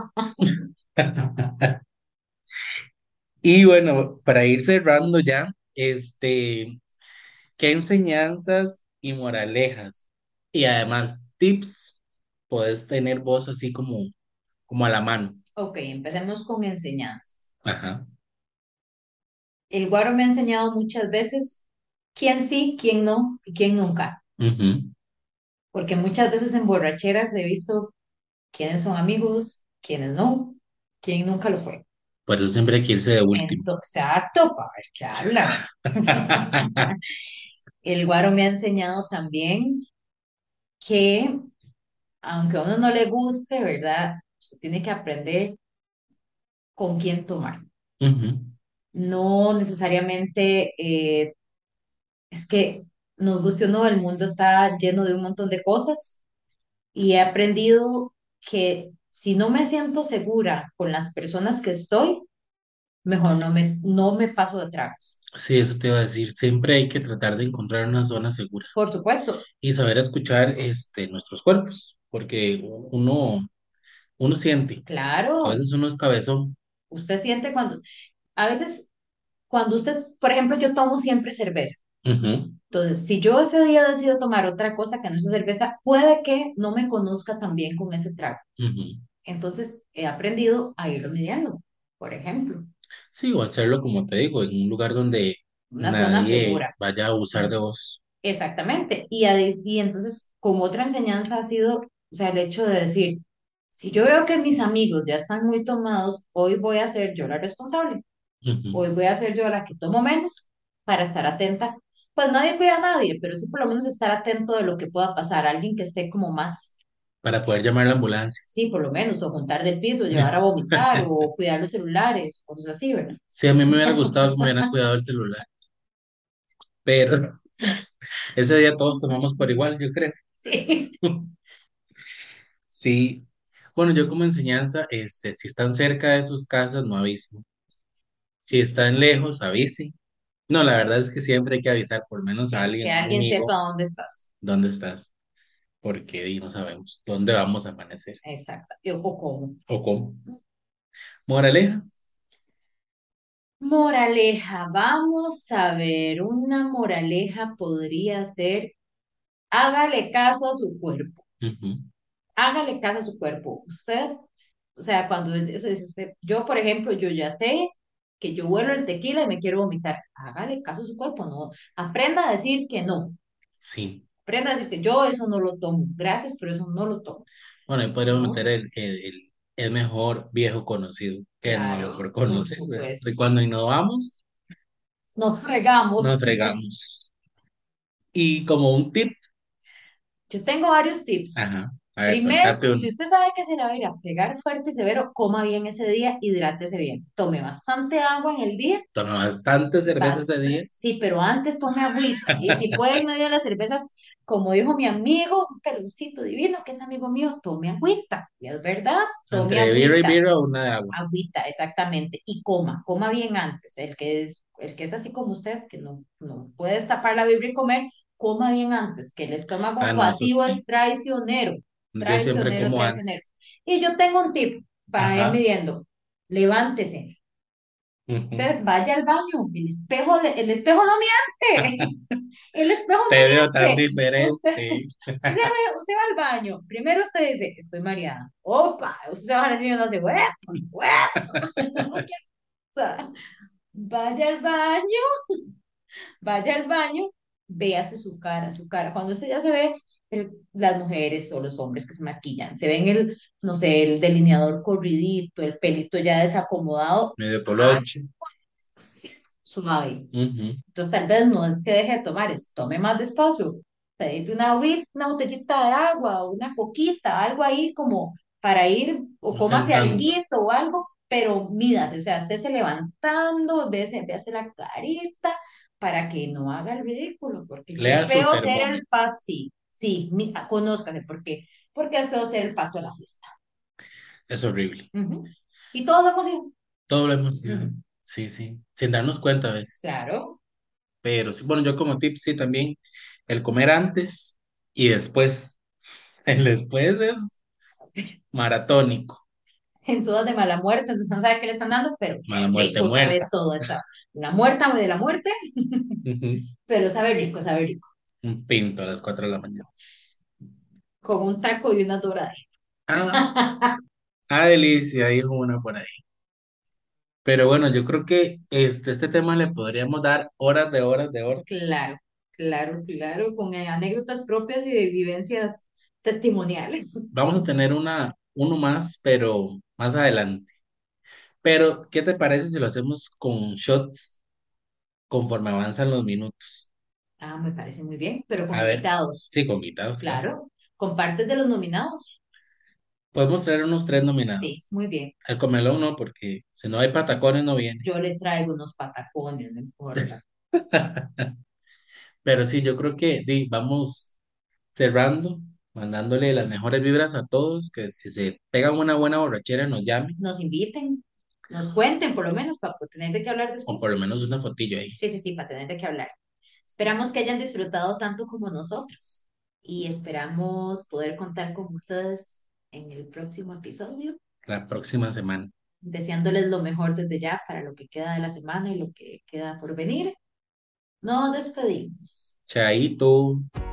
Y bueno, para ir cerrando ya, este, ¿qué enseñanzas y moralejas y además tips puedes tener vos así como, como a la mano? Ok, empecemos con enseñanzas. Ajá. El guaro me ha enseñado muchas veces quién sí, quién no y quién nunca. Ujú. Porque muchas veces en borracheras he visto quiénes son amigos, quiénes no, quién nunca lo fue. Por eso siempre hay que irse de último. Entonces, exacto, para ver qué hablan. El guaro me ha enseñado también que, aunque a uno no le guste, ¿verdad? Se tiene que aprender con quién tomar. Ujú, No necesariamente eh, es que nos guste o no, el mundo está lleno de un montón de cosas y he aprendido que si no me siento segura con las personas que estoy, mejor no me, no me paso de tragos. sí, eso te iba a decir. Siempre hay que tratar de encontrar una zona segura Por supuesto, y saber escuchar este, nuestros cuerpos, porque uno, uno siente. A claro, veces uno es cabezón. usted siente cuando, a veces cuando usted, por ejemplo, yo tomo siempre cerveza. Ujú, Entonces, si yo ese día decido tomar otra cosa que no sea cerveza, puede que no me conozca tan bien con ese trago. ujú. Entonces, he aprendido a irlo midiendo, por ejemplo, Sí, o hacerlo como te digo, en un lugar donde una zona nadie segura. vaya a abusar de vos. Exactamente. Y, adi- y entonces, como otra enseñanza ha sido, o sea, el hecho de decir, si yo veo que mis amigos ya están muy tomados, hoy voy a ser yo la responsable. Ujú. Hoy voy a ser yo la que tomo menos para estar atenta. Pues nadie cuida a nadie, pero sí por lo menos estar atento de lo que pueda pasar. Alguien que esté como más, Para poder llamar a la ambulancia. sí, por lo menos, o juntar del piso, llevar a vomitar, o cuidar los celulares, cosas así, ¿verdad? Sí, a mí me hubiera gustado que me hubieran cuidado el celular, pero ese día todos tomamos por igual, yo creo. Sí. Sí, bueno, yo como enseñanza, este, si están cerca de sus casas, no avisen. Si están lejos, avisen. No, la verdad es que siempre hay que avisar, por lo menos a Sí, que alguien, a un alguien sepa amigo, dónde estás. dónde estás, porque di, no sabemos dónde vamos a amanecer Exacto. Y- O cómo. o cómo. Moraleja, Moraleja, vamos a ver, una moraleja podría ser, hágale caso a su cuerpo, ujú, hágale caso a su cuerpo. Usted, o sea, cuando es- es usted- yo, por ejemplo, yo ya sé que yo huelo el tequila y me quiero vomitar, hágale caso a su cuerpo, no, aprenda a decir que no, sí. aprenda a decir que yo eso no lo tomo, gracias, pero eso no lo tomo, Bueno, ahí podríamos meter ¿no? el, el, el, el mejor viejo conocido que el nuevo por Claro, por conocer, ¿verdad? De supuesto. cuando innovamos, Nos fregamos. nos fregamos. Y como un tip, Yo tengo varios tips. ajá, a ver, Primero, soltate si uno. usted sabe que se le va a ir a pegar fuerte y severo, coma bien ese día, hidrátese bien. Tome bastante agua en el día. Toma bastante cerveza ese Basta. día. Sí, pero antes tome agüita. Y si puede, en medio de las cervezas, como dijo mi amigo, un peloncito divino, que es amigo mío, tome agüita. Y es verdad, tome Entre birra y agüita. birra, una de agua. Agüita, exactamente. Y coma, coma bien antes. El que es, el que es así como usted, que no, no puede destapar la Biblia y comer, coma bien antes, que el Ah, estómago no, eso vacío sí. es traicionero, Yo siempre traicionero, como traicionero. antes. Y yo tengo un tip para ir Ajá. midiendo. Levántese. Ujú. Usted vaya al baño. El espejo, le- el espejo no miente. El espejo no Te veo tan miente. Usted, diferente. usted, ve- usted va al baño. Primero usted dice, estoy mareada. Opa, usted se va a decir y uno hace, huepa, huepa. Vaya al baño, vaya al baño véase su cara, su cara. Cuando usted ya se ve, el- las mujeres o los hombres que se maquillan, se ven el, no sé, el delineador corridito, el pelito ya desacomodado, medio ah, coloche. sí, suave. Ujú. Entonces, tal vez no es que deje de tomar, es tome más despacio. Pedite una, agüi- una botellita de agua o una coquita, algo ahí como para ir, o cómase Sentando. alguito o algo, pero mídase, o sea, estése levantando, véase, véase la carita para que no haga el ridículo, porque qué Lea su feo ser el termómetro. pato, sí, sí, mi- conózcase, porque, porque es feo ser el pato de la fiesta. Es horrible. Ujú. Y todos lo hemos sido. Todo lo hemos sido. Ujú. Sí, sí. Sin darnos cuenta a veces. Claro, Pero sí, bueno, yo como tip sí también. El comer antes y después. El después es maratónico. en sudas de mala muerte, entonces no sabe qué le están dando, pero Mala qué muerte rico sabe muerta. todo esa, la muerta de la muerte, Ujú. pero sabe rico, sabe rico, Un pinto a las cuatro de la mañana. con un taco y una dorada. Ah, ah, delicia, dijo una por ahí. Pero bueno, yo creo que este, este tema le podríamos dar horas de horas de horas. Claro, claro, claro, con eh, anécdotas propias y de vivencias testimoniales. Vamos a tener una, uno más, pero más adelante. Pero, ¿qué te parece si lo hacemos con shots conforme avanzan los minutos? Ah, me parece muy bien, pero con A ver, invitados, sí, con invitados, claro. claro, con partes de los nominados. Podemos traer unos tres Sí, nominados. muy bien. El comelón no, porque si no hay patacones no viene. Yo le traigo unos patacones, no importa. Pero sí, yo creo que di, vamos cerrando, mandándole las mejores vibras a todos, que si se pegan una buena borrachera nos llamen, Nos inviten, nos cuenten por lo menos para tener de qué hablar o por después. lo menos una fotillo ahí. Sí, sí, sí, para tener de qué hablar. Esperamos que hayan disfrutado tanto como nosotros y esperamos poder contar con ustedes en el próximo episodio, La próxima semana. deseándoles lo mejor desde ya para lo que queda de la semana y lo que queda por venir. Nos despedimos. Chaito.